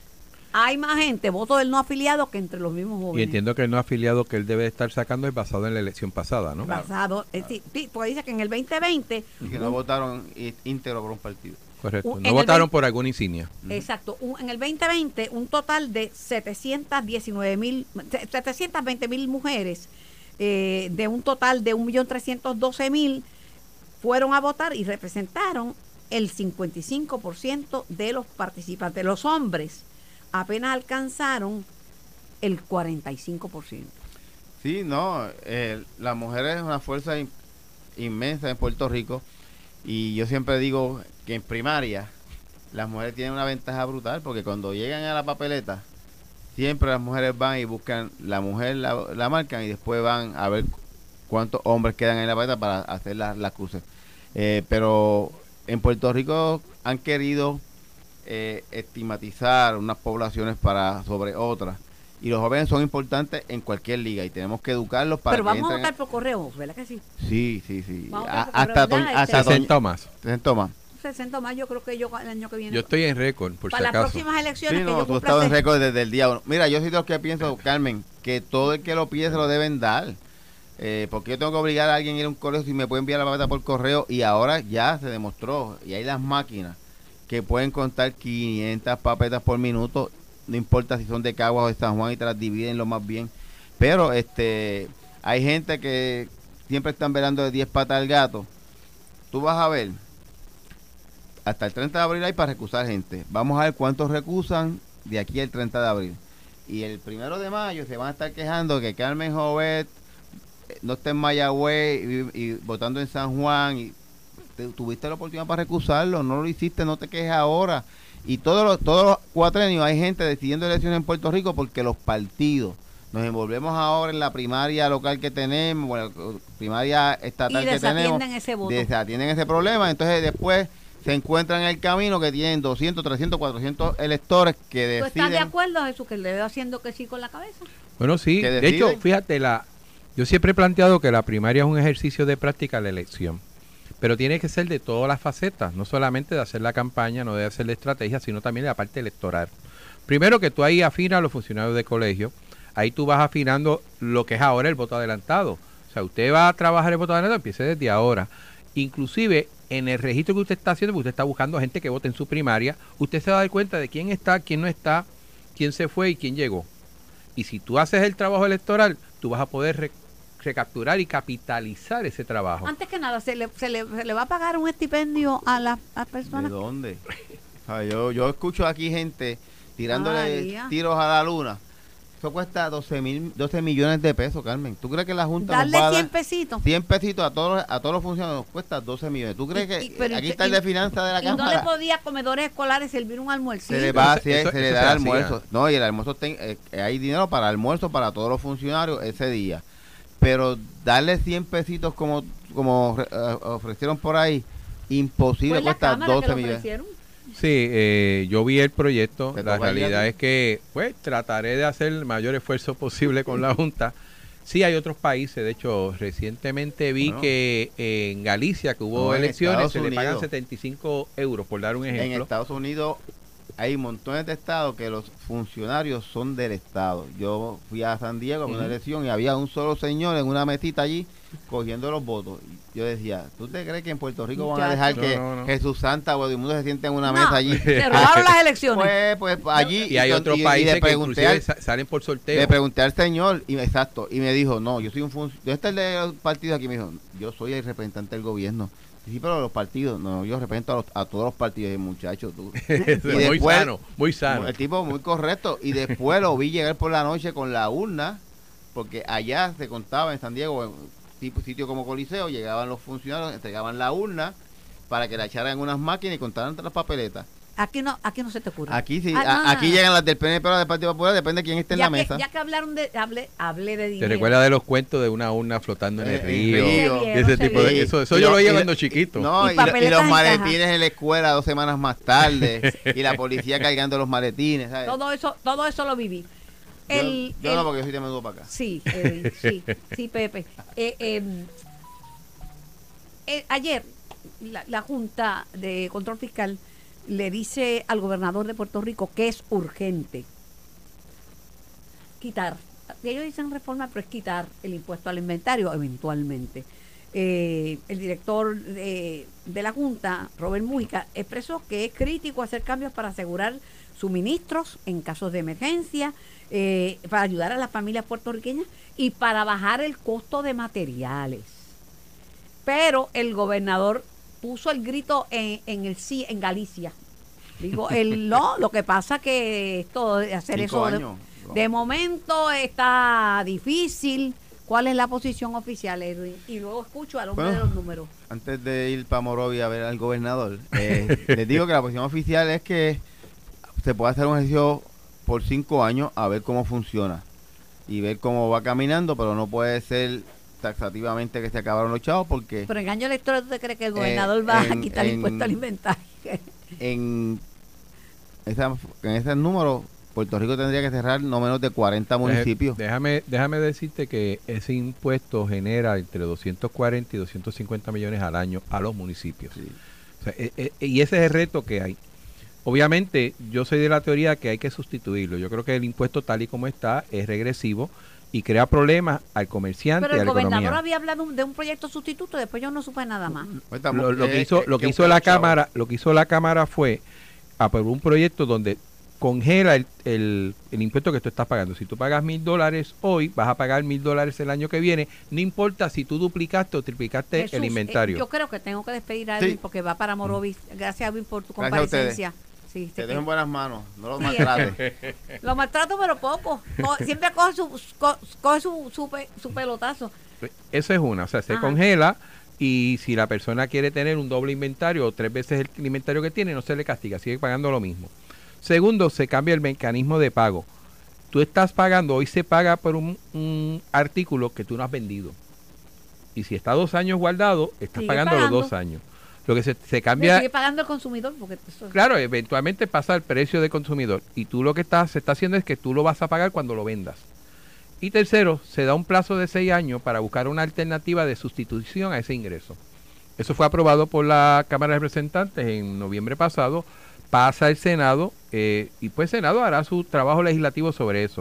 hay más gente, voto del no afiliado, que entre los mismos jóvenes. Y entiendo que el no afiliado que él debe estar sacando es basado en la elección pasada, ¿no? Basado, eh, sí, sí, porque dice que en el veinte veinte, Y que no un- votaron í- íntegro por un partido. Correcto. Un- No en el votaron veinte por alguna insignia. exacto, un- en el veinte veinte un total de setecientos diecinueve mil, setecientos veinte mil mujeres, eh, de un total de un millón trescientos doce mil, fueron a votar y representaron el cincuenta y cinco por ciento de los participantes. Los hombres apenas alcanzaron el cuarenta y cinco por ciento. Sí, no, eh, la mujer es una fuerza in- inmensa en Puerto Rico y yo siempre digo que en primaria las mujeres tienen una ventaja brutal porque cuando llegan a la papeleta siempre las mujeres van y buscan la mujer, la, la marcan y después van a ver cuántos hombres quedan en la papeleta para hacer las las cruces. Eh, pero en Puerto Rico han querido eh, estigmatizar unas poblaciones para sobre otras. Y los jóvenes son importantes en cualquier liga y tenemos que educarlos para Pero que vamos a entren votar por correo, ¿verdad que sí? en- Sí, sí, sí. Vamos A- a votar por hasta correo, doña- ¿verdad? hasta Este- doña- sesenta más. sesenta más. sesenta más, yo creo que yo el año que viene. Yo estoy en récord, por para si las acaso. próximas elecciones Sí, que no, yo tú has cumpla estado en se- récord desde el día uno. Mira, yo soy de los que pienso, Carmen, que todo el que lo pide se lo deben dar. Eh, porque yo tengo que obligar a alguien a ir a un correo si me puede enviar la papeleta por correo y ahora ya se demostró y hay las máquinas que pueden contar quinientas papeletas por minuto no importa si son de Caguas o de San Juan y te las dividen lo más bien. Pero este hay gente que siempre están velando de diez patas al gato. Tú vas a ver, hasta el treinta de abril hay para recusar gente. Vamos a ver cuántos recusan de aquí al treinta de abril. Y el primero de mayo se van a estar quejando que Carmen Jovet no está en Mayagüez y, y votando en San Juan. Y te, tuviste la oportunidad para recusarlo, no lo hiciste, no te quejes ahora. Y todos los, todos los cuatrenios hay gente decidiendo elecciones en Puerto Rico porque los partidos. Nos envolvemos ahora en la primaria local que tenemos, bueno, primaria estatal que tenemos. Y ese voto. Desatienden ese problema. Entonces después se encuentran en el camino que tienen doscientos, trescientos, cuatrocientos electores que deciden. ¿Tú estás de acuerdo, Jesús, que le veo haciendo que sí con la cabeza? Bueno, sí. De hecho, fíjate, la yo siempre he planteado que la primaria es un ejercicio de práctica a la elección. Pero tiene que ser de todas las facetas, no solamente de hacer la campaña, no de hacer la estrategia, sino también de la parte electoral. Primero que tú ahí afinas a los funcionarios de colegio, ahí tú vas afinando lo que es ahora el voto adelantado. O sea, usted va a trabajar el voto adelantado, empiece desde ahora. Inclusive, en el registro que usted está haciendo, porque usted está buscando gente que vote en su primaria, usted se va a dar cuenta de quién está, quién no está, quién se fue y quién llegó. Y si tú haces el trabajo electoral, tú vas a poder re recapturar y capitalizar ese trabajo. Antes que nada, ¿se le, se le, se le va a pagar un estipendio a las a personas? ¿De dónde? O sea, yo, yo escucho aquí gente tirándole María. tiros a la luna. Eso cuesta doce mil, doce millones de pesos, Carmen. ¿Tú crees que la Junta Darle nos va a dar cien pesitos. cien pesitos a todos, a todos los funcionarios? Nos cuesta doce millones. ¿Tú crees que Y- y- pero aquí y- está el de finanzas de la ¿Y no Cámara? le podía a comedores escolares servir un almuerzo? Se le va, Eso- sí, eso- se le eso da se el hacía. almuerzo. No, y el almuerzo, ten- eh, hay dinero para almuerzo para todos los funcionarios ese día. Pero darle cien pesitos como, como uh, ofrecieron por ahí, imposible, Fue la cuesta Cámara que doce lo millones. ofrecieron. Sí, eh, yo vi el proyecto. Te La toca ir a realidad ti. es que, pues, trataré de hacer el mayor esfuerzo posible con la Junta. Sí, hay otros países. De hecho, recientemente vi Bueno. que eh, en Galicia, que hubo No, en elecciones, Estados se le pagan Unidos. setenta y cinco euros, por dar un En ejemplo. Estados Unidos hay montones de estados que los funcionarios son del estado. Yo fui a San Diego a una Ujú. elección y había un solo señor en una mesita allí cogiendo los votos. Yo decía, ¿tú te crees que en Puerto Rico van a dejar Muchacho. que No, no, no. Jesús Santa o Edmundo se siente en una No, mesa allí? Se robaron las elecciones. Pues, pues allí. Y hay con- otros y- y países le que pregunté inclusive al- sa- salen por sorteo. Le pregunté al señor, y exacto, y me dijo, no, yo soy un funcionario. ¿Dónde está el de los partidos aquí? Me dijo, yo soy el representante del gobierno. Sí, pero los partidos, no, yo represento a, los- a todos los partidos, y muchachos, tú. Eso y es muy después- sano, muy sano. El tipo muy correcto. Y después lo vi llegar por la noche con la urna, porque allá se contaba en San Diego, en tipo sitio como Coliseo, llegaban los funcionarios, entregaban la urna para que la echaran en unas máquinas y contaran entre las papeletas. Aquí no, aquí no se te ocurre. Aquí sí, Ah, a- no, no, aquí no. llegan las del P N P, pero del Partido Popular, depende de quién esté en ya la que, mesa. Ya que hablaron de, hablé, hablé de ¿Te dinero. recuerdas de los cuentos de una urna flotando en Eh, el en río? el río. Se Y vieron, ese se tipo de vieron. eso, eso Y yo lo- lo veía y lo- cuando chiquito. No, Y y, lo- y papeletas los en maletines en la escuela dos semanas más tarde, y la policía cargando los maletines, ¿sabes? Todo eso, todo eso lo viví. Yo- El, yo el- no, porque yo soy de menudo para acá. Sí, Edwin, sí, sí, Pepe. Eh, eh, eh, ayer la, la Junta de Control Fiscal le dice al gobernador de Puerto Rico que es urgente quitar, ellos dicen reforma, pero es quitar el impuesto al inventario eventualmente. Eh, el director de, de la Junta, Robert Mujica, expresó que es crítico hacer cambios para asegurar suministros en casos de emergencia, eh, para ayudar a las familias puertorriqueñas y para bajar el costo de materiales. Pero el gobernador puso el grito en, en el sí en Galicia. Digo, el no, lo que pasa que esto de hacer Cinco eso de, años. de momento está difícil. ¿Cuál es la posición oficial, Edwin? Y luego escucho al hombre Bueno. de los números. Antes de ir para Morovi a ver al gobernador, eh, les digo que la posición oficial es que se puede hacer un ejercicio por cinco años a ver cómo funciona y ver cómo va caminando, pero no puede ser taxativamente que se acabaron los chavos, porque Pero engaño electoral, ¿tú te crees que el gobernador va a en- quitar el en- impuesto al inventario? en, esa, en ese número Puerto Rico tendría que cerrar no menos de cuarenta municipios. Deje- Déjame, déjame decirte que ese impuesto genera entre doscientos cuarenta y doscientos cincuenta millones al año a los municipios. Sí. O sea, eh, eh, y ese es el reto que hay. Obviamente, yo soy de la teoría que hay que sustituirlo. Yo creo que el impuesto tal y como está es regresivo y crea problemas al comerciante Pero y a el la gobernador economía. había hablado de un proyecto sustituto, después yo no supe nada más. Pues estamos- Lo, lo que eh, hizo, que- lo que que hizo buscar la los chavos. cámara, lo que hizo la cámara fue aprobó un proyecto donde congela el, el, el impuesto que tú estás pagando. Si tú pagas mil dólares hoy, vas a pagar mil dólares el año que viene, no importa si tú duplicaste o triplicaste Jesús, el inventario. Eh, yo creo que tengo que despedir a Edwin sí. porque va para Morovis. Gracias, Edwin, por tu comparecencia. Sí, te dejo en buenas manos, no lo sí, maltrates. Lo maltrato, pero poco. Co siempre coge su, co coge su, su, pe su pelotazo. Eso es una, o sea, se Ajá. congela y si la persona quiere tener un doble inventario o tres veces el inventario que tiene, no se le castiga, sigue pagando lo mismo. Segundo, se cambia el mecanismo de pago. Tú estás pagando, hoy se paga por un, un artículo que tú no has vendido. Y si está dos años guardado, estás pagando, pagando los dos años. Lo que se, se cambia... Sigue pagando el consumidor. Porque eso... Claro, eventualmente pasa el precio de consumidor. Y tú lo que estás, se está haciendo es que tú lo vas a pagar cuando lo vendas. Y tercero, se da un plazo de seis años para buscar una alternativa de sustitución a ese ingreso. Eso fue aprobado por la Cámara de Representantes en noviembre pasado. Pasa al Senado eh, y pues el Senado hará su trabajo legislativo sobre eso.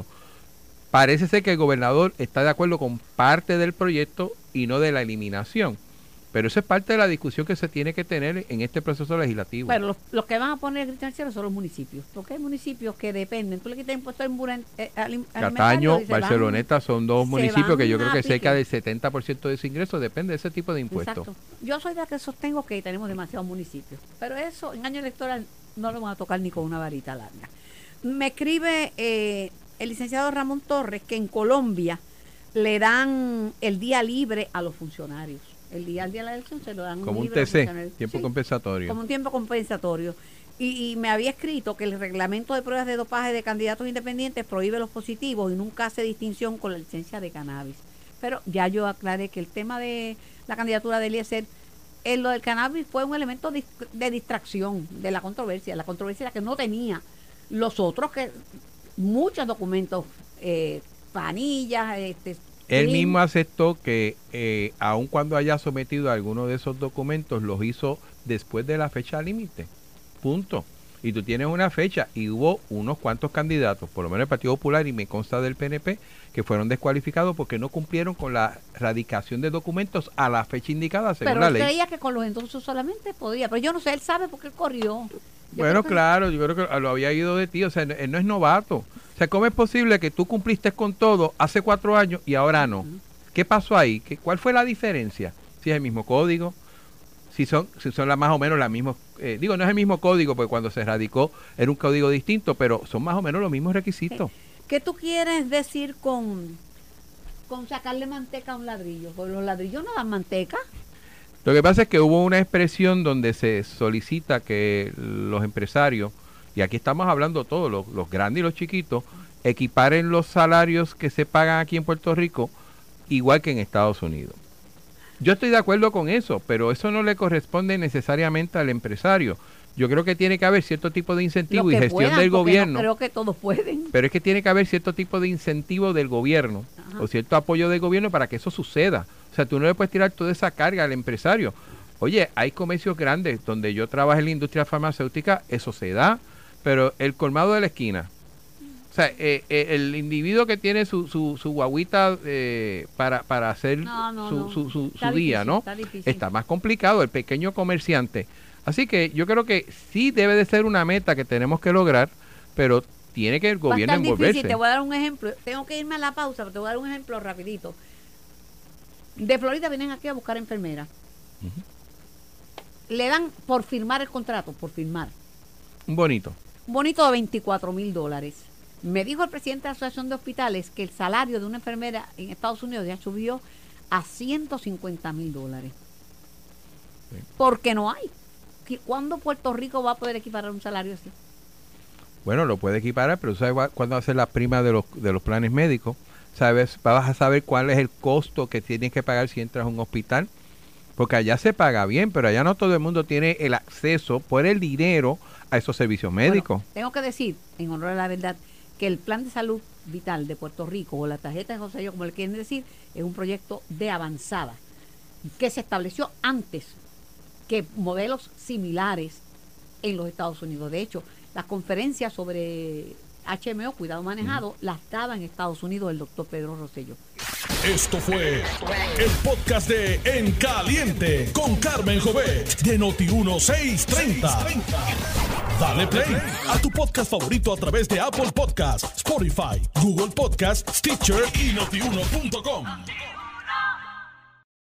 Parece ser que el gobernador está de acuerdo con parte del proyecto y no de la eliminación. Pero eso es parte de la discusión que se tiene que tener en este proceso legislativo. Pero los, los que van a poner el grito en el cielo son los municipios. Porque hay municios que dependen. Tú le quitas impuesto al eh, Cataño, Barceloneta son dos municipios que yo creo que cerca del setenta por ciento de ese ingreso depende de ese tipo de impuestos. Exacto. Yo soy de la que sostengo que tenemos demasiados municipios. Pero eso en año electoral no lo van a tocar ni con una varita larga. Me escribe eh, el licenciado Ramón Torres que en Colombia le dan el día libre a los funcionarios. El día al día de la elección se lo dan como un libre T C, tiempo sí, compensatorio. Como un tiempo compensatorio. Y, y me había escrito que el reglamento de pruebas de dopaje de candidatos independientes prohíbe los positivos y nunca hace distinción con la licencia de cannabis. Pero ya yo aclaré que el tema de la candidatura de Eliezer, en lo del cannabis fue un elemento de, de distracción de la controversia. La controversia era que no tenía los otros, que muchos documentos, eh, panillas, este, él mismo aceptó que eh, aun cuando haya sometido alguno de esos documentos, los hizo después de la fecha límite. Punto. Y tú tienes una fecha y hubo unos cuantos candidatos, por lo menos el Partido Popular y me consta del P N P, que fueron descualificados porque no cumplieron con la radicación de documentos a la fecha indicada según pero la ley. Pero creía que con los entonces solamente podía, pero yo no sé, él sabe porque él corrió. Yo bueno, claro, yo creo que lo había ido de ti, o sea, él no es novato. O sea, ¿cómo es posible que tú cumpliste con todo hace cuatro años y ahora no? Uh-huh. ¿Qué pasó ahí? ¿Qué, ¿Cuál fue la diferencia? Si es el mismo código, si son si son la, más o menos las mismas, eh, digo, no es el mismo código, porque cuando se radicó era un código distinto, pero son más o menos los mismos requisitos. ¿Qué tú quieres decir con, con sacarle manteca a un ladrillo? Porque los ladrillos no dan manteca. Lo que pasa es que hubo una expresión donde se solicita que los empresarios, y aquí estamos hablando todos, los, los grandes y los chiquitos, equiparen los salarios que se pagan aquí en Puerto Rico igual que en Estados Unidos. Yo estoy de acuerdo con eso, pero eso no le corresponde necesariamente al empresario. Yo creo que tiene que haber cierto tipo de incentivo y gestión puedan, del gobierno. No creo que todos pueden. Pero es que tiene que haber cierto tipo de incentivo del gobierno, ajá, o cierto apoyo del gobierno para que eso suceda. O sea, tú no le puedes tirar toda esa carga al empresario. Oye, hay comercios grandes donde yo trabajo en la industria farmacéutica, eso se da, pero el colmado de la esquina, o sea, eh, eh, el individuo que tiene su, su, su guaguita eh, para, para hacer no, no, su, no. su, su, su difícil, día, ¿no? Está, está más complicado, el pequeño comerciante. Así que yo creo que sí debe de ser una meta que tenemos que lograr, pero tiene que el gobierno envolverse. Difícil. Te voy a dar un ejemplo, tengo que irme a la pausa, pero te voy a dar un ejemplo rapidito. De Florida vienen aquí a buscar enfermeras. Uh-huh. Le dan por firmar el contrato, por firmar. Un bonito. Un bonito de veinticuatro mil dólares. Me dijo el presidente de la Asociación de Hospitales que el salario de una enfermera en Estados Unidos ya subió a ciento cincuenta mil dólares. Sí. Porque no hay. ¿Cuándo Puerto Rico va a poder equiparar un salario así? Bueno, lo puede equiparar, pero ¿sabes cuándo hacer la prima de los, de los planes médicos? ¿Sabes? Vas a saber cuál es el costo que tienes que pagar si entras a un hospital. Porque allá se paga bien, pero allá no todo el mundo tiene el acceso por el dinero a esos servicios médicos. Bueno, tengo que decir, en honor a la verdad, que el Plan de Salud Vital de Puerto Rico, o la tarjeta de José Yo, como le quieren decir, es un proyecto de avanzada, que se estableció antes que modelos similares en los Estados Unidos. De hecho, las conferencias sobre H M O, cuidado manejado, mm. las daba en Estados Unidos el doctor Pedro Rosselló. Esto fue el podcast de En Caliente con Carmen Jovet de Noti uno seiscientos treinta. Dale play a tu podcast favorito a través de Apple Podcasts, Spotify, Google Podcasts, Stitcher y notiuno punto com.